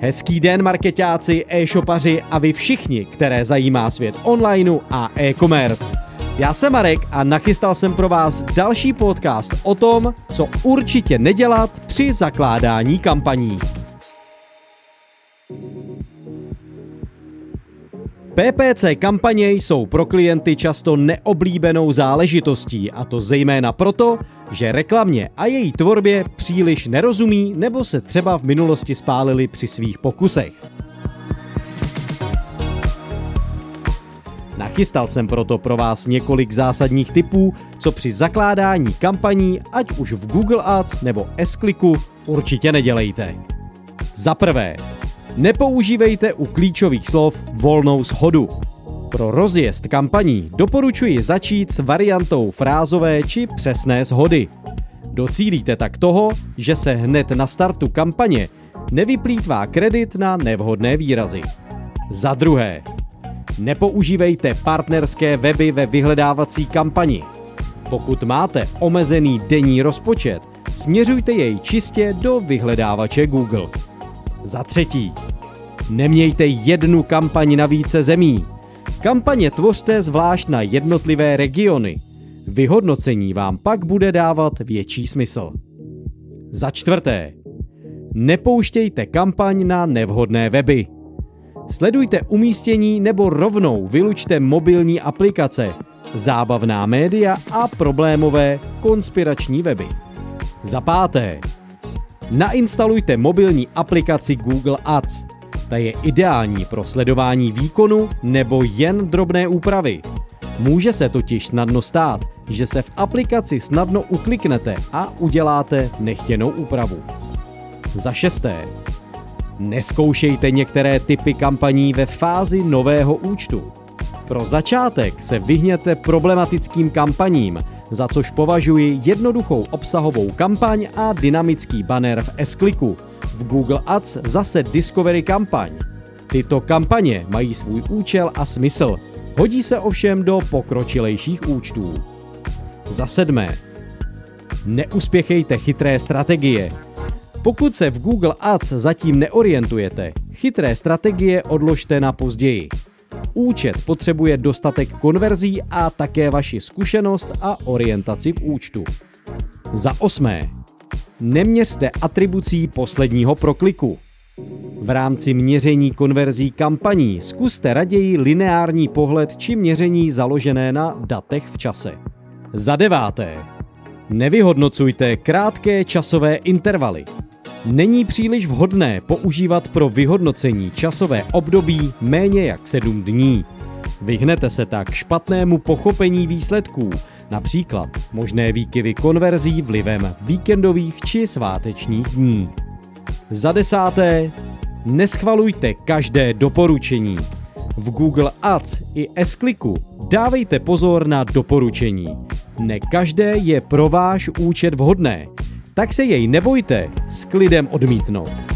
Hezký den, markeťáci, e-shopaři a vy všichni, které zajímá svět onlineu a e-commerce. Já jsem Marek a nachystal jsem pro vás další podcast o tom, co určitě nedělat při zakládání kampaní. PPC kampaně jsou pro klienty často neoblíbenou záležitostí, a to zejména proto, že reklamě a její tvorbě příliš nerozumí nebo se třeba v minulosti spálili při svých pokusech. Nachystal jsem proto pro vás několik zásadních tipů, co při zakládání kampaní, ať už v Google Ads nebo S-Clicku, určitě nedělejte. Za prvé, nepoužívejte u klíčových slov volnou shodu. Pro rozjezd kampaní doporučuji začít s variantou frázové či přesné shody. Docílíte tak toho, že se hned na startu kampaně nevyplýtvá kredit na nevhodné výrazy. Za druhé, nepoužívejte partnerské weby ve vyhledávací kampani. Pokud máte omezený denní rozpočet, směřujte jej čistě do vyhledávače Google. Za třetí, nemějte jednu kampaň na více zemí. Kampaně tvořte zvlášť na jednotlivé regiony. Vyhodnocení vám pak bude dávat větší smysl. Za čtvrté, nepouštějte kampaň na nevhodné weby. Sledujte umístění nebo rovnou vylučte mobilní aplikace, zábavná média a problémové konspirační weby. Za páté, nainstalujte mobilní aplikaci Google Ads. Ta je ideální pro sledování výkonu nebo jen drobné úpravy. Může se totiž snadno stát, že se v aplikaci snadno ukliknete a uděláte nechtěnou úpravu. Za šesté, nezkoušejte některé typy kampaní ve fázi nového účtu. Pro začátek se vyhněte problematickým kampaním, za což považuji jednoduchou obsahovou kampaň a dynamický banner v S-Clicku. V Google Ads zase Discovery kampaň. Tyto kampaně mají svůj účel a smysl. Hodí se ovšem do pokročilejších účtů. Za sedmé, neuspěchejte chytré strategie. Pokud se v Google Ads zatím neorientujete, chytré strategie odložte na později. Účet potřebuje dostatek konverzí a také vaši zkušenost a orientaci v účtu. Za osmé, neměřte atribucí posledního prokliku. V rámci měření konverzí kampaní zkuste raději lineární pohled či měření založené na datech v čase. Za deváté, nevyhodnocujte krátké časové intervaly. Není příliš vhodné používat pro vyhodnocení časové období méně jak 7 dní. Vyhnete se tak špatnému pochopení výsledků, například možné výkyvy konverzí vlivem víkendových či svátečních dní. Za desáté, neschvalujte každé doporučení. V Google Ads i S-Clicku dávejte pozor na doporučení. Ne každé je pro váš účet vhodné, tak se jej nebojte s klidem odmítnout.